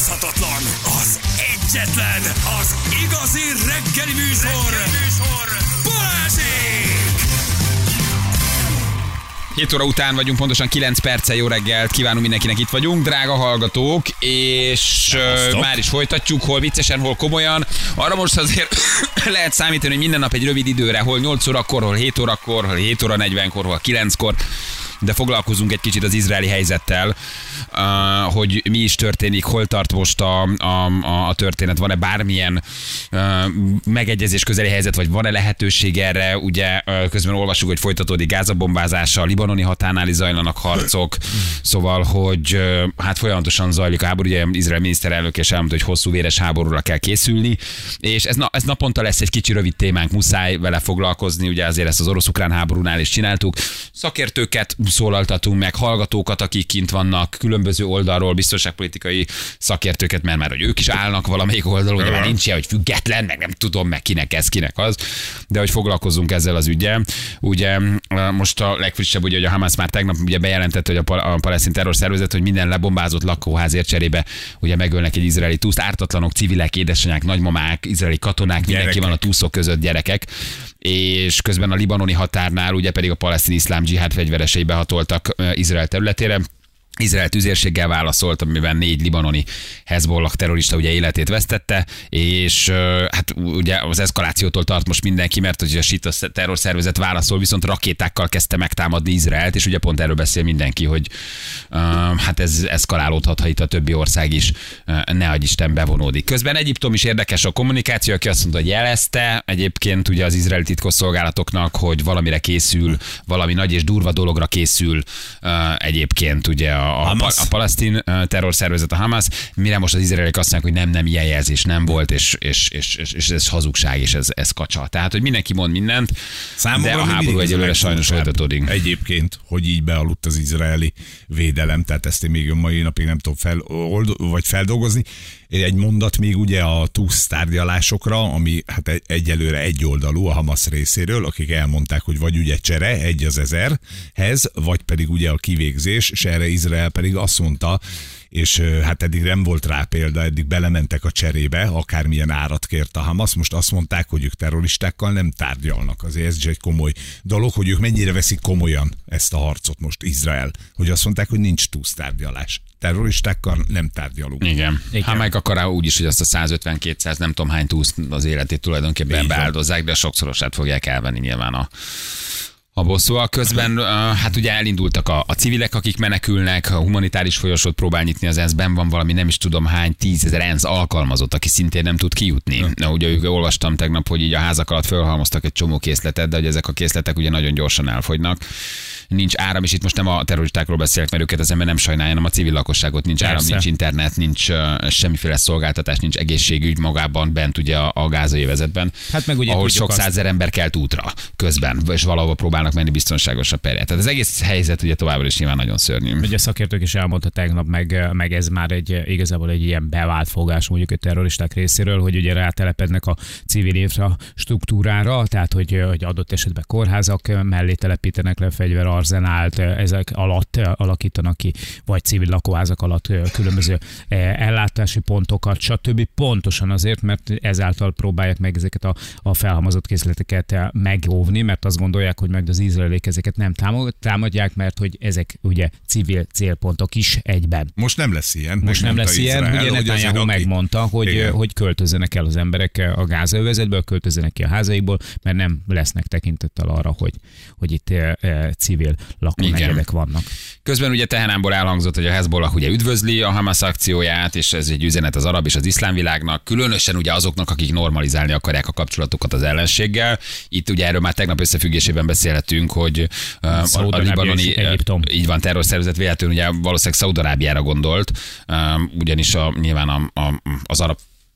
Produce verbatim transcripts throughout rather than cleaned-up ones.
utánozhatatlan, az egyetlen, az igazi reggeli műsor, reggeli műsor. Balázsék! hét óra után vagyunk, pontosan kilenc perccel. Jó reggelt kívánunk mindenkinek, itt vagyunk, drága hallgatók, és uh, már is folytatjuk, hol viccesen, hol komolyan. Arra most azért lehet számítani, hogy minden nap egy rövid időre, hol nyolc órakor, hol hét órakor, hol hét óra negyvenkor, hol kilenckor, de foglalkozunk egy kicsit az izraeli helyzettel, uh, hogy mi is történik, hol tart most a, a, a történet, van-e bármilyen uh, megegyezés közeli helyzet, vagy van-e lehetőség erre, ugye uh, közben olvassuk, hogy folytatódik Gáza bombázása, a libanoni határnál is zajlanak harcok, szóval, hogy uh, hát folyamatosan zajlik a háború, ugye Izrael miniszterelnök és elmondta, hogy hosszú véres háborúra kell készülni, és ez, na, ez naponta lesz egy kicsi rövid témánk, muszáj vele foglalkozni, ugye azért ezt az orosz-ukrán háborúnál is csináltuk, szakértőket szólaltatunk meg, hallgatókat, akik kint vannak, különböző oldalról, biztonságpolitikai szakértőket, mert már hogy ők is állnak valamelyik oldalon, ugye már nincs ilyen, hogy független, meg nem tudom, meg kinek ez, kinek az, de hogy foglalkozunk ezzel az üggyel. Ugye most a legfrissebb, ugye, hogy a Hamas már tegnap ugye bejelentette, hogy a, pal- a palesztin terrorszervezet, hogy minden lebombázott lakóházért cserébe ugye megölnek egy izraeli túszt, ártatlanok, civilek, édesanyák, nagymamák, izraeli katonák, mindenki gyerekek. Van a túszok között, gyerekek, és közben a libanoni határnál ugye pedig a palesztin iszlám dzsihád fegyveresei behatoltak Izrael területére. Izrael tüzérséggel válaszolt, amiben négy libanoni Hezbollah terrorista ugye életét vesztette, és hát ugye az eszkalációtól tart most mindenki, mert ugye a Sita terrorszervezet válaszol, viszont rakétákkal kezdte megtámadni Izraelt, és ugye pont erről beszél mindenki, hogy uh, hát ez eszkalálódhat, ha itt a többi ország is uh, ne adj Isten bevonódik. Közben Egyiptom is érdekes a kommunikáció, aki azt mondta, hogy jelezte egyébként ugye az izraeli titkosszolgálatoknak, hogy valamire készül, valami nagy és durva dologra készül uh, egyébként ugye a A, a, a palesztin terrorszervezet, a Hamas, mire most az izraeliek azt mondják, hogy nem, nem, ilyen jelzés nem volt, és, és, és, és, és ez hazugság, és ez, ez kacsa. Tehát, hogy mindenki mond mindent, számomra de a háború egyelőre sajnos folytatódik. Egyébként, hogy így bealudt az izraeli védelem, tehát ezt én még a mai napig nem tudom fel, old, vagy feldolgozni. Egy mondat még ugye a túsz tárgyalásokra, ami hát egyelőre egyoldalú a Hamas részéről, akik elmondták, hogy vagy ugye csere, egy az ezerhez, vagy pedig ugye a kivégzés, és erre Izrael pedig azt mondta, és hát eddig nem volt rá példa, eddig belementek a cserébe, akármilyen árat kért a Hamas, most azt mondták, hogy ők terroristákkal nem tárgyalnak. Azért ez is egy komoly dolog, hogy ők mennyire veszik komolyan ezt a harcot most Izrael, hogy azt mondták, hogy nincs túlsztárgyalás. Terroristákkal nem tárgyalunk. Igen. Igen. Hát meg akar úgy is, hogy azt a százötven-kétszáz nem tudom hány túsz az életét tulajdonképpen beáldozzák, de sokszorosát fogják elvenni nyilván a a bosszúak. Közben hát ugye elindultak a, a civilek, akik menekülnek, a humanitáris folyosót próbál nyitni az ENSZ-ben, van valami nem is tudom hány tízezer ENSZ alkalmazott, aki szintén nem tud kijutni. Na, ugye ők olvastam tegnap, hogy így a házak alatt fölhalmoztak egy csomó készletet, de hogy ezek a készletek ugye nagyon gyorsan elfogynak. Nincs áram, és itt most nem a terroristákról beszélek, mert őket az ember nem sajnálja, hanem a civil lakosságot. Nincs áram, Persze. nincs internet, nincs uh, semmiféle szolgáltatás, nincs egészségügy magában bent ugye a, a gázai övezetben, hát meg ugye ahol sok százezer ember kelt útra közben, és valahol próbálnak menni biztonságosabb perre. Tehát az egész helyzet ugye továbbra is nyilván nagyon szörnyű. Ugye a szakértők is elmondta tegnap, meg, meg ez már egy igazából egy ilyen bevált fogás mondjuk a terroristák részéről, hogy ugye rátelepednek a civil infrastruktúrára, tehát hogy, hogy adott esetben kórházak mellé telepítenek le fegyver arzenált, ezek alatt alakítanak ki, vagy civil lakóházak alatt különböző ellátási pontokat, stb. Pontosan azért, mert ezáltal próbálják meg ezeket a, a felhalmozott készleteket megóvni, mert azt gondolják, hogy meg az izraelék ezeket nem támadják, mert hogy ezek ugye civil célpontok is egyben. Most nem lesz ilyen. Most nem lesz ilyen, Izrael, ugye Netanyahu megmondta, hogy, hogy költözzenek el az emberek a Gázaövezetből, költözzenek ki a házaikból, mert nem lesznek tekintettel arra, hogy, hogy itt e, civil lakónegyedek vannak. Közben ugye Teheránból elhangzott, hogy a Hezbollah ugye üdvözli a Hamas akcióját, és ez egy üzenet az arab és az iszlám világnak, különösen ugye azoknak, akik normalizálni akarják a kapcsolatokat az ellenséggel. Itt ugye erről már tegnap összefüggésében beszélhetünk, hogy uh, a, a libanoni uh, így van terrorszervezet véletlenül ugye valószínűleg Szaúd-Arábiára gondolt, uh, ugyanis a, nyilván a, a, az arab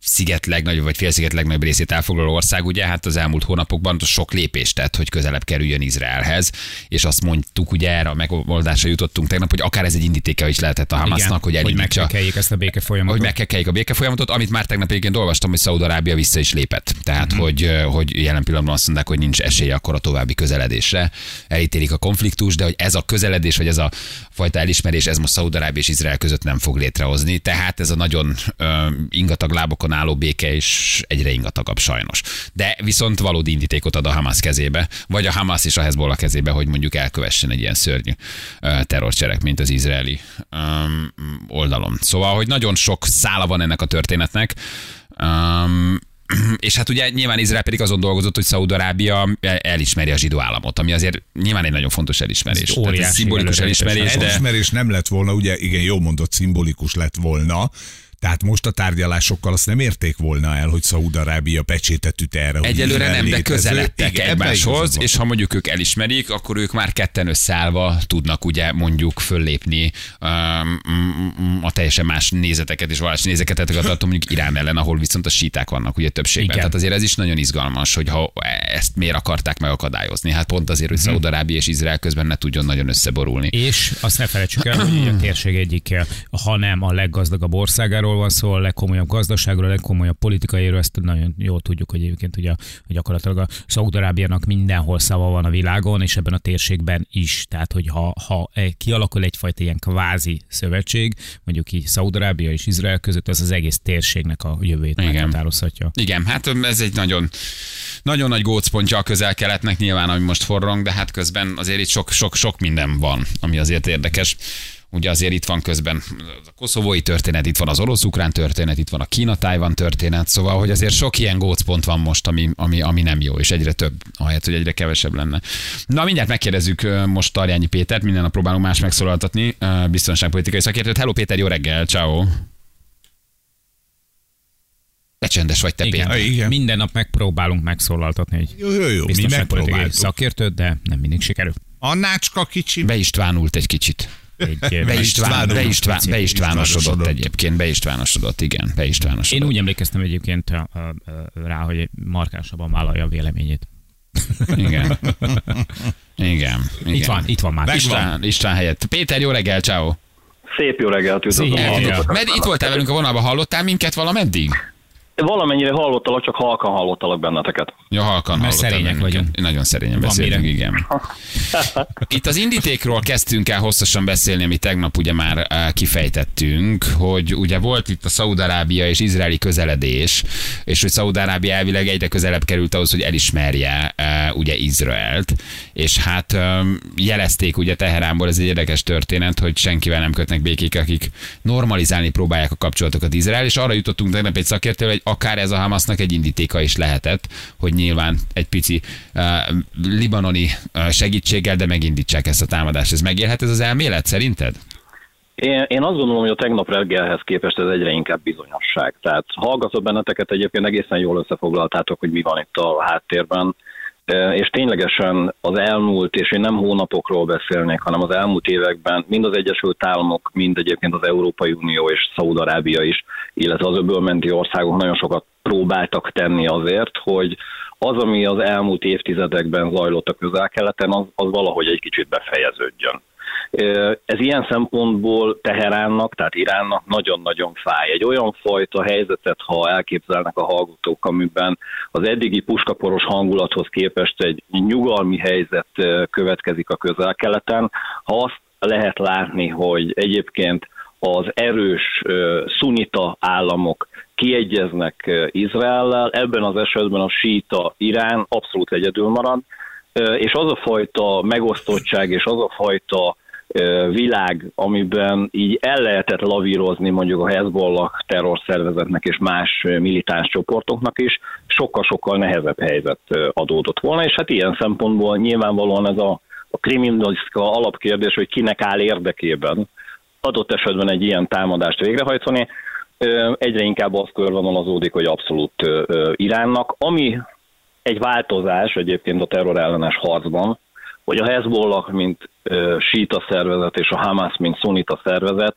sziget legnagyobb, vagy félsziget legnagyobb részét elfoglaló ország, ugye, hát az elmúlt hónapokban sok lépést tett, hogy közelebb kerüljön Izraelhez, és azt mondtuk, ugye erre a megoldásra jutottunk tegnap, hogy akár ez egy indítéka is lehetett a Hamasnak, hogy elindítsa. Hogy megkekeljék ezt a békefolyamatot. Hogy megkekeljék a békefolyamatot, amit már tegnap egyébként olvastam, hogy Szaúd-Arábia vissza is lépett. Tehát, uh-huh. hogy, hogy jelen pillanatban azt mondták, hogy nincs esélye akkor a további közeledésre. Elítélik a konfliktus, de hogy ez a közeledés, vagy ez a fajta elismerés, ez most Szaúd-Arábia és Izrael között nem fog létrehozni. Tehát ez a nagyon ö, ingatag lábokon álló béke is egyre ingatagabb sajnos. De viszont valódi indítékot ad a Hamas kezébe, vagy a Hamas és a Hezbollah kezébe, hogy mondjuk elkövessen egy ilyen szörnyű ö, terrorcselek, mint az izraeli ö, oldalon. Szóval, hogy nagyon sok szála van ennek a történetnek. Um, és hát ugye nyilván Izrael pedig azon dolgozott, hogy Szaúd-Arábia elismeri a zsidó államot, ami azért nyilván egy nagyon fontos elismerés. Ez Tehát ez szimbolikus elismerés. De... elismerés nem lett volna, ugye igen, jó mondott, szimbolikus lett volna. Tehát most a tárgyalásokkal azt nem érték volna el, hogy Szaúd-Arábia pecsétet üt erre. Egyelőre nem, de közeledtek egymáshoz, és ha mondjuk ők elismerik, akkor ők már ketten összeállva tudnak ugye mondjuk föllépni um, a teljesen más nézeteket és vallási nézeteket tartom mondjuk Irán ellen, ahol viszont a síták vannak ugye többségben. Igen. Tehát azért ez is nagyon izgalmas, hogy ha ezt miért akarták megakadályozni. Hát pont azért, hogy Szaúd-Arábia és Izrael közben ne tudjon nagyon összeborulni. És azt ne felejtsük el, hogy a térség egyik, ha nem a leggazdagabb országáról van szó, a legkomolyabb gazdaságról, a legkomolyabb politikairól, ezt nagyon jól tudjuk, hogy egyébként ugye, hogy gyakorlatilag a Szaúd-Arábiának mindenhol szava van a világon, és ebben a térségben is. Tehát, hogy ha, ha kialakul egyfajta ilyen kvázi szövetség, mondjuk így Szaúd-Arábia és Izrael között, az az egész térségnek a jövőjét meghatározhatja. Igen, hát ez egy nagyon, nagyon nagy gócpontja a Közel-Keletnek, nyilván, ami most forrong, de hát közben azért itt sok, sok, sok minden van, ami azért érdekes. Ugye azért itt van közben a koszovói történet, itt van az orosz-ukrán történet, itt van a Kína-Tájvan történet, szóval, hogy azért sok ilyen gócpont van most, ami, ami, ami nem jó, és egyre több, ahelyett, hogy egyre kevesebb lenne. Na, mindjárt megkérdezzük most Tarjányi Pétert, minden nap próbálunk más megszólaltatni, biztonságpolitikai szakértőt. Hello Péter, jó reggel, ciao. De csendes vagy te, igen, Péter. Igen. Minden nap megpróbálunk megszólaltatni egy jó, jó, jó. biztonságpolitikai szakértőt, de nem mindig sikerül. Annácska kicsi. Beistvánult egy kicsit. Egy, Beistván, Beistván, Beistvánosodott egyébként, Beistvánosodott, igen, Beistvánosodott. Én úgy emlékeztem egyébként rá, hogy markánsabban vállalja a véleményét. Igen. Igen. Igen. Itt van, itt van már. István, István helyett. Péter, jó reggel, ciao. Szép jó reggelt, üdvözlöm. Mert itt voltál velünk a vonalban, hallottál minket valameddig? Valamennyire hallottalak, csak halkan hallottalak benneteket. Ja, halkan Mert szerények vagyunk. Nagyon szerényen beszélünk, igen. Itt az indítékról kezdtünk el hosszasan beszélni, amit tegnap ugye már kifejtettünk, hogy ugye volt itt a Szaúd-Arábia és izraeli közeledés, és hogy Szaúd-Arábia elvileg egyre közelebb került ahhoz, hogy elismerje ugye Izraelt, és hát jelezték ugye Teheránból, ez egy érdekes történet, hogy senkivel nem kötnek békék, akik normalizálni próbálják a kapcsolatokat Izrael, és arra jutottunk tegnap egy szakértővel, hogy akár ez a Hamasnak egy indítéka is lehetett, hogy nyilván egy pici uh, libanoni uh, segítséggel, de megindítsák ezt a támadást. Ez megélhet ez az elmélet szerinted? Én, én azt gondolom, hogy a tegnap reggelhez képest ez egyre inkább bizonyosság. Tehát hallgatott benneteket, egyébként egészen jól összefoglaltátok, hogy mi van itt a háttérben, és ténylegesen az elmúlt, és én nem hónapokról beszélnék, hanem az elmúlt években mind az Egyesült Államok, mind egyébként az Európai Unió és Szaúd-Arábia is, illetve az öbölmenti országok nagyon sokat próbáltak tenni azért, hogy az, ami az elmúlt évtizedekben zajlott a Közel-Keleten, az, az valahogy egy kicsit befejeződjön. Ez ilyen szempontból Teheránnak, tehát Iránnak nagyon-nagyon fáj. Egy olyan fajta helyzetet, ha elképzelnek a hallgatók, amiben az eddigi puskaporos hangulathoz képest egy nyugalmi helyzet következik a Közel-Keleten, ha azt lehet látni, hogy egyébként az erős szunita államok kiegyeznek Izraellel, ebben az esetben a síita Irán abszolút egyedül marad, és az a fajta megosztottság és az a fajta világ, amiben így el lehetett lavírozni mondjuk a Hezbollah terrorszervezetnek és más militáns csoportoknak is, sokkal-sokkal nehezebb helyzet adódott volna, és hát ilyen szempontból nyilvánvalóan ez a, a kriminalisztika alapkérdés, hogy kinek áll érdekében adott esetben egy ilyen támadást végrehajtani, egyre inkább az körvonalazódik, hogy abszolút Iránnak, ami egy változás egyébként a terrorellenes harcban, hogy a Hezbollah, mint síita szervezet, és a Hamas, mint szunita szervezet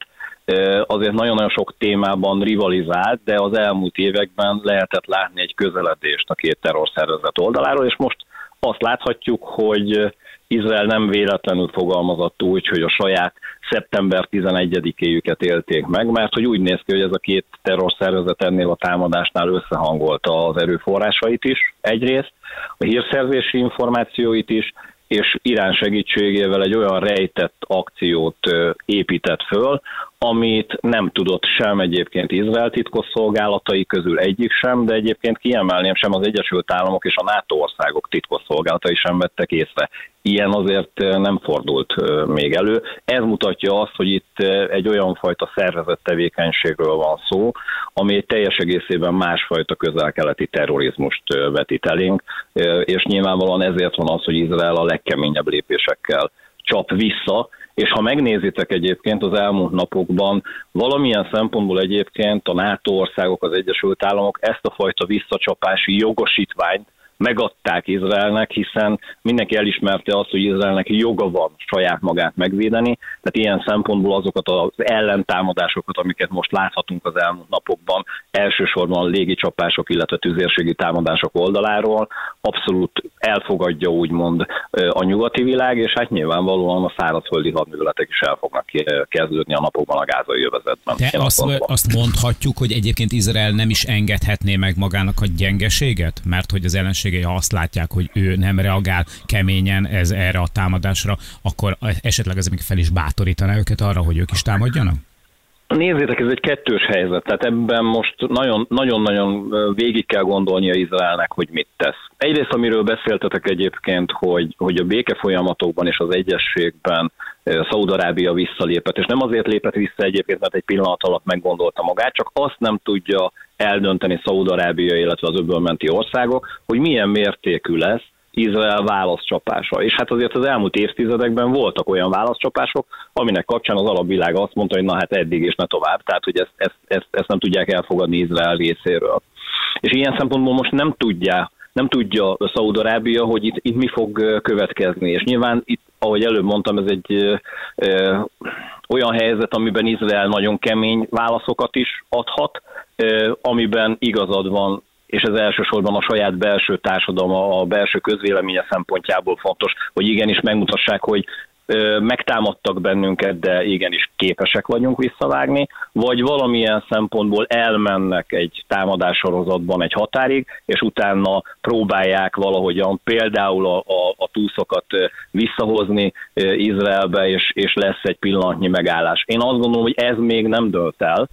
azért nagyon-nagyon sok témában rivalizált, de az elmúlt években lehetett látni egy közeledést a két terrorszervezet oldaláról, és most azt láthatjuk, hogy Izrael nem véletlenül fogalmazott úgy, hogy a saját szeptember tizenegyedikéjüket élték meg, mert hogy úgy néz ki, hogy ez a két terrorszervezet ennél a támadásnál összehangolta az erőforrásait is egyrészt, a hírszerzési információit is, és Irán segítségével egy olyan rejtett akciót épített föl, amit nem tudott sem egyébként Izrael titkosszolgálatai közül egyik sem, de egyébként kiemelném, sem az Egyesült Államok és a NATO országok titkosszolgálatai sem vettek észre. Ilyen azért nem fordult még elő. Ez mutatja azt, hogy itt egy olyan fajta szervezett tevékenységről van szó, ami egy teljes egészében másfajta közel-keleti terrorizmust vetít elénk, és nyilvánvalóan ezért van az, hogy Izrael a legkeményebb lépésekkel csap vissza, és ha megnézitek egyébként az elmúlt napokban, valamilyen szempontból egyébként a NATO országok, az Egyesült Államok ezt a fajta visszacsapási jogosítványt megadták Izraelnek, hiszen mindenki elismerte azt, hogy Izraelnek joga van saját magát megvédeni, tehát ilyen szempontból azokat az ellentámadásokat, amiket most láthatunk az elmúlt napokban, elsősorban légicsapások, illetve tüzérségi támadások oldaláról, abszolút elfogadja úgymond a nyugati világ, és hát nyilvánvalóan a szárazföldi hadműveletek is el fognak kezdődni a napokban a gázai övezetben. De azt, azt mondhatjuk, hogy egyébként Izrael nem is engedhetné meg magának a gyengeséget, mert hogy az ellenség ha azt látják, hogy ő nem reagál keményen ez erre a támadásra, akkor esetleg ez még fel is bátorítaná őket arra, hogy ők is támadjanak? Nézzétek, ez egy kettős helyzet, tehát ebben most nagyon-nagyon végig kell gondolnia Izraelnek, hogy mit tesz. Egyrészt, amiről beszéltetek egyébként, hogy, hogy a békefolyamatokban és az egyességben Szaúd-Arábia visszalépett, és nem azért lépett vissza egyébként, mert egy pillanat alatt meggondolta magát, csak azt nem tudja eldönteni Szaúd-Arábia, illetve az öbölmenti országok, hogy milyen mértékű lesz Izrael válaszcsapása. És hát azért az elmúlt évtizedekben voltak olyan válaszcsapások, aminek kapcsán az alapvilág azt mondta, hogy na hát eddig és ne tovább, tehát hogy ezt, ezt, ezt, ezt nem tudják elfogadni Izrael részéről. És ilyen szempontból most nem tudja, nem tudja Szaúd-Arábia, hogy itt, itt mi fog következni. És nyilván itt, ahogy előbb mondtam, ez egy ö, ö, olyan helyzet, amiben Izrael nagyon kemény válaszokat is adhat, ö, amiben igazad van, és ez elsősorban a saját belső társadalma, a belső közvéleménye szempontjából fontos, hogy igenis megmutassák, hogy ö, megtámadtak bennünket, de igenis képesek vagyunk visszavágni, vagy valamilyen szempontból elmennek egy támadássorozatban egy határig, és utána próbálják valahogyan például a, a, a túszokat visszahozni Izraelbe, és, és lesz egy pillanatnyi megállás. Én azt gondolom, hogy ez még nem dölt el.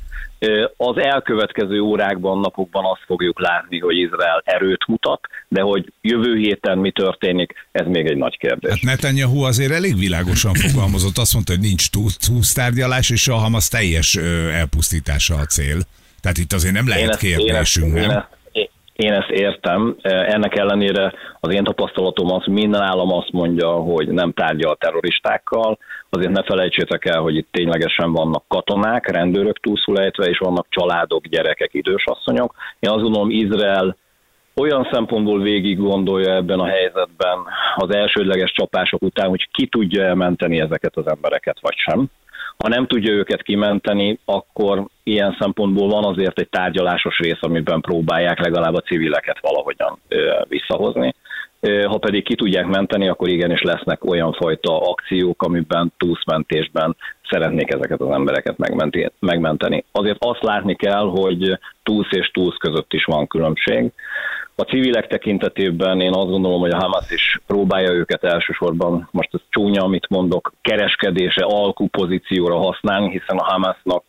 Az elkövetkező órákban, napokban azt fogjuk látni, hogy Izrael erőt mutat, de hogy jövő héten mi történik, ez még egy nagy kérdés. Hát Netanyahu azért elég világosan fogalmazott, azt mondta, hogy nincs túlsztárgyalás, és a Hamasz teljes elpusztítása a cél. Tehát itt azért nem lehet kérdésünk, nem? Én ezt, én ezt értem, ennek ellenére az én tapasztalatom az, hogy minden állam azt mondja, hogy nem tárgyal terroristákkal, azért ne felejtsétek el, hogy itt ténylegesen vannak katonák, rendőrök túlszulejtve, és vannak családok, gyerekek, idősasszonyok. Én azt gondolom, Izrael olyan szempontból végig gondolja ebben a helyzetben az elsődleges csapások után, hogy ki tudja elmenteni ezeket az embereket, vagy sem. Ha nem tudja őket kimenteni, akkor ilyen szempontból van azért egy tárgyalásos rész, amiben próbálják legalább a civileket valahogyan visszahozni. Ha pedig ki tudják menteni, akkor igenis lesznek olyan fajta akciók, amiben túszmentésben szeretnék ezeket az embereket megmenteni. Azért azt látni kell, hogy túsz és túsz között is van különbség. A civilek tekintetében én azt gondolom, hogy a Hamas is próbálja őket elsősorban, most ez csúnya, amit mondok, kereskedése, alkupozícióra használni, hiszen a Hamasnak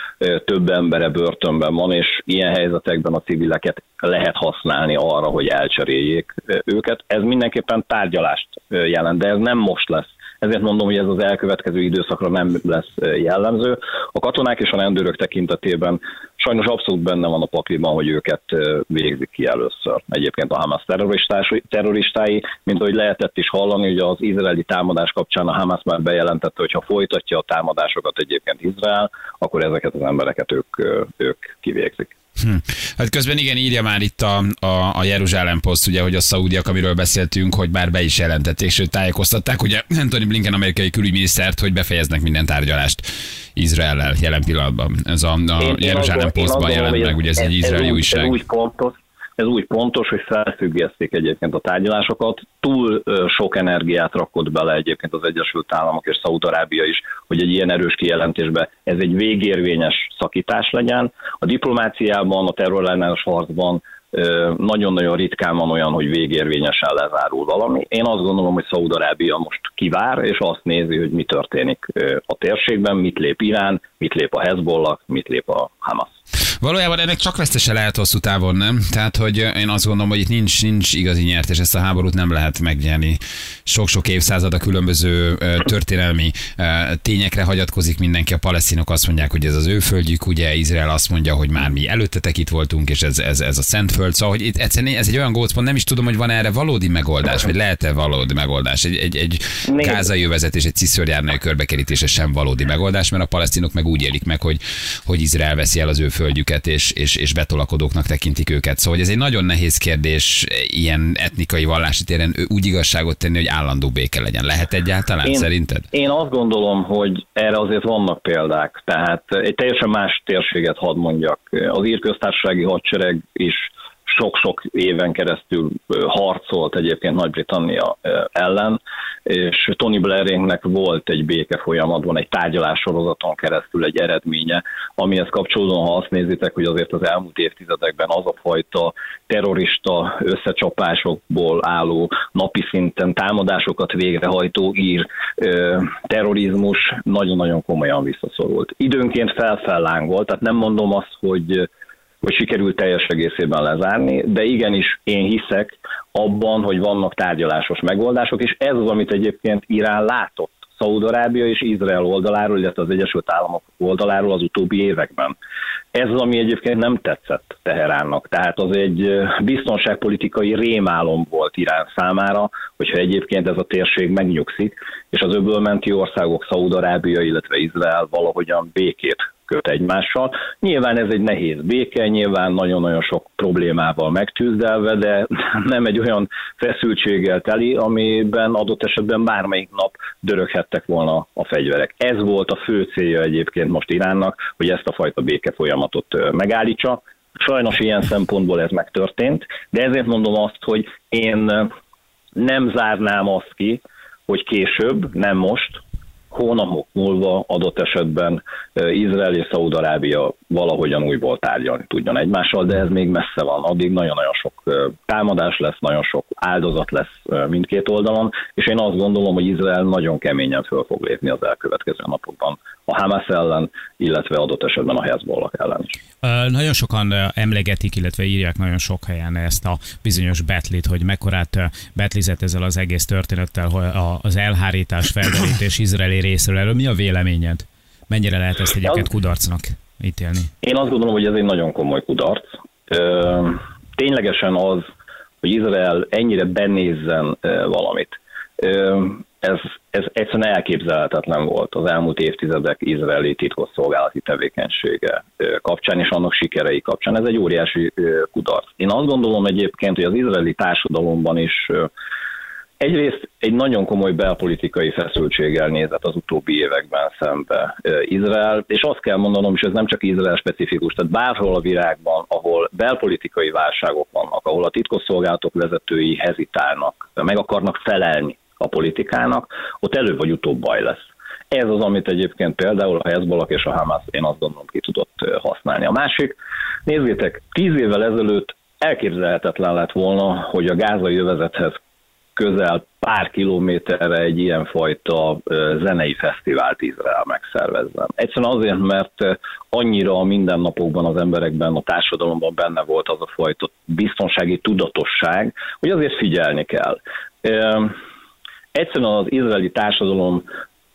több embere börtönben van, és ilyen helyzetekben a civileket lehet használni arra, hogy elcseréljék őket. Ez mindenképpen tárgyalást jelent, de ez nem most lesz. Ezért mondom, hogy ez az elkövetkező időszakra nem lesz jellemző. A katonák és a rendőrök tekintetében sajnos abszolút benne van a pakliban, hogy őket végzik ki először. Egyébként a Hamas terroristái, mint ahogy lehetett is hallani, hogy az izraeli támadás kapcsán a Hamas már bejelentette, hogy ha folytatja a támadásokat egyébként Izrael, akkor ezeket az embereket ők, ők kivégzik. Hm. Hát közben igen, írja már itt a, a, a Jeruzsálem Post, ugye, hogy a szaúdiak, amiről beszéltünk, hogy bár be is jelentették, sőt tájékoztatták, ugye Antony Blinken amerikai külügyminisztert, hogy befejeznek minden tárgyalást Izraellel jelen pillanatban. Ez a, a Jeruzsálem Postban jelent meg, ugye ez, ez egy izraeli ez újság. Ez úgy pontos, ez úgy pontos, hogy felfüggeszték egyébként a tárgyalásokat. Túl sok energiát rakott bele egyébként az Egyesült Államok és Szaúd-Arábia is, hogy egy ilyen erős kijelentésbe ez egy végérvényes szakítás legyen. A diplomáciában, a terrorellenes harcban nagyon-nagyon ritkán van olyan, hogy végérvényesen lezárul valami. Én azt gondolom, hogy Szaúd-Arábia most kivár, és azt nézi, hogy mi történik a térségben, mit lép Irán, mit lép a Hezbollah, mit lép a Hamas. Valójában ennek csak vesztese lehet hosszú távon, nem? Tehát, hogy én azt gondolom, hogy itt nincs, nincs igazi nyertes, ezt a háborút nem lehet megnyerni. Sok-sok évszázad a különböző történelmi tényekre hagyatkozik mindenki. A palesztinok azt mondják, hogy ez az ő földjük, ugye Izrael azt mondja, hogy már mi előttetek itt voltunk, és ez, ez, ez a szent föld. Szóval, hogy itt egyszerűen ez egy olyan gócpont, nem is tudom, hogy van erre valódi megoldás, vagy lehet-e valódi megoldás. Egy, egy, egy gázai övezet és egy ciszorjárnai körbekerítése sem valódi megoldás, mert a palesztinok meg úgy élik meg, hogy, hogy Izrael veszi el az ő földjüket, és, és, és betolakodóknak tekintik őket. Szóval ez egy nagyon nehéz kérdés ilyen etnikai vallási téren úgy igazságot tenni, hogy állandó béke legyen. Lehet egyáltalán én, szerinted? Én azt gondolom, hogy erre azért vannak példák. Tehát egy teljesen más térséget hadd mondjak. Az ír köztársasági hadsereg is sok-sok éven keresztül harcolt egyébként Nagy-Britannia ellen, és Tony Blairénknek volt egy béke folyamatban, egy tárgyalássorozaton keresztül egy eredménye, amihez kapcsolódóan, ha azt nézitek, hogy azért az elmúlt évtizedekben az a fajta terrorista összecsapásokból álló, napi szinten támadásokat végrehajtó ír terrorizmus nagyon-nagyon komolyan visszaszorult. Időnként felfellángolt, tehát nem mondom azt, hogy hogy sikerült teljes egészében lezárni, de igenis én hiszek abban, hogy vannak tárgyalásos megoldások, és ez az, amit egyébként Irán látott Szaúd-Arábia és Izrael oldaláról, illetve az Egyesült Államok oldaláról az utóbbi években. Ez az, ami egyébként nem tetszett Teheránnak. Tehát az egy biztonságpolitikai rémálom volt Irán számára, hogyha egyébként ez a térség megnyugszik, és az öbölmenti országok, Szaúd-Arábia, illetve Izrael valahogyan békét köt egymással. Nyilván ez egy nehéz béke, nyilván nagyon-nagyon sok problémával megtűzdelve, de nem egy olyan feszültséggel teli, amiben adott esetben bármelyik nap döröghettek volna a fegyverek. Ez volt a fő célja egyébként most Iránnak, hogy ezt a fajta béke folyamatot megállítsa. Sajnos ilyen szempontból ez megtörtént, de ezért mondom azt, hogy én nem zárnám azt ki, hogy később, nem most, hónapok múlva adott esetben Izrael és Szaúd-Arábia valahogyan újból tárgyalni tudjon egymással, de ez még messze van. Addig nagyon-nagyon sok támadás lesz, nagyon sok áldozat lesz mindkét oldalon, és én azt gondolom, hogy Izrael nagyon keményen föl fog lépni az elkövetkező napokban a Hamas ellen, illetve adott esetben a Hezbollah ellen is. Nagyon sokan emlegetik, illetve írják nagyon sok helyen ezt a bizonyos betlit, hogy mekkorát betlizett ezzel az egész történettel, hogy az elhárítás, felderítés izraeli részről. Erről mi a véleményed? Mennyire lehet ezt egyébként kudarcnak ítélni? Én azt gondolom, hogy ez egy nagyon komoly kudarc. Ténylegesen az, hogy Izrael ennyire benézzen valamit, ez, ez egyszerűen elképzelhetetlen volt az elmúlt évtizedek izraeli titkosszolgálati tevékenysége kapcsán, és annak sikerei kapcsán. Ez egy óriási kudarc. Én azt gondolom egyébként, hogy az izraeli társadalomban is egyrészt egy nagyon komoly belpolitikai feszültséggel nézett az utóbbi években szembe Izrael, és azt kell mondanom, és ez nem csak Izrael specifikus, tehát bárhol a világban, ahol belpolitikai válságok vannak, ahol a titkosszolgálatok vezetői hezitálnak, meg akarnak felelni a politikának, ott előbb vagy utóbb baj lesz. Ez az, amit egyébként például a Hezbollah és a Hamas, én azt gondolom, ki tudott használni. A másik, nézzétek, tíz évvel ezelőtt elképzelhetetlen lett volna, hogy a gázai övezethez közel pár kilométerre egy ilyenfajta zenei fesztivált Izrael megszervezzen. Egyszerűen azért, mert annyira a mindennapokban az emberekben, a társadalomban benne volt az a fajta biztonsági tudatosság, hogy azért figyelni kell. Egyszerűen az izraeli társadalom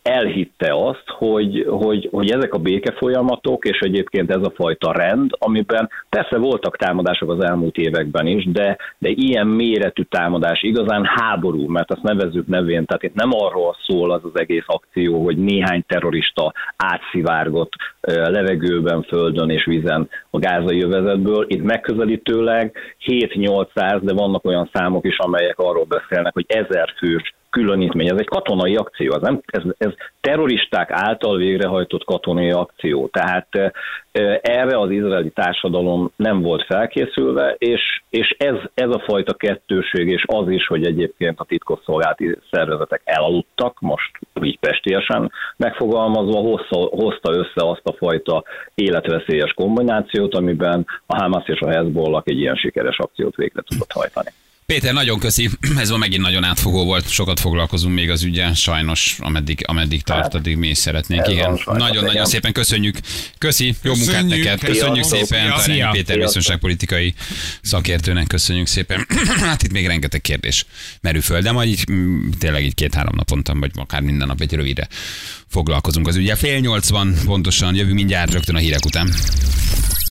elhitte azt, hogy, hogy, hogy ezek a békefolyamatok, és egyébként ez a fajta rend, amiben persze voltak támadások az elmúlt években is, de, de ilyen méretű támadás, igazán háború, mert azt nevezzük nevén, tehát itt nem arról szól az az egész akció, hogy néhány terrorista átszivárgott levegőben, földön és vízen a gázai övezetből, itt megközelítőleg hét-nyolcszáz, de vannak olyan számok is, amelyek arról beszélnek, hogy ezer fős különítmény. Ez egy katonai akció, ez, nem, ez, ez terroristák által végrehajtott katonai akció. Tehát erre az izraeli társadalom nem volt felkészülve, és, és ez, ez a fajta kettőség, és az is, hogy egyébként a titkosszolgálati szervezetek elaludtak, most így pestiesen megfogalmazva, hozta, hozta össze azt a fajta életveszélyes kombinációt, amiben a Hamas és a Hezbollah egy ilyen sikeres akciót végre tudott hajtani. Péter, nagyon köszi. Ez ma megint nagyon átfogó volt. Sokat foglalkozunk még az ügyen. Sajnos, ameddig, ameddig tart, addig mi is szeretnénk. Igen. Nagyon-nagyon szépen köszönjük. Köszi, jó munkát neked. Köszönjük szépen. Tarányi Péter biztonságpolitikai szakértőnek köszönjük szépen. Hát itt még rengeteg kérdés merül föl, de majd így, tényleg így két-három naponta, vagy akár minden nap egy rövidre foglalkozunk az ügyel. Fél nyolc van pontosan, jövünk mindjárt rögtön a hírek után.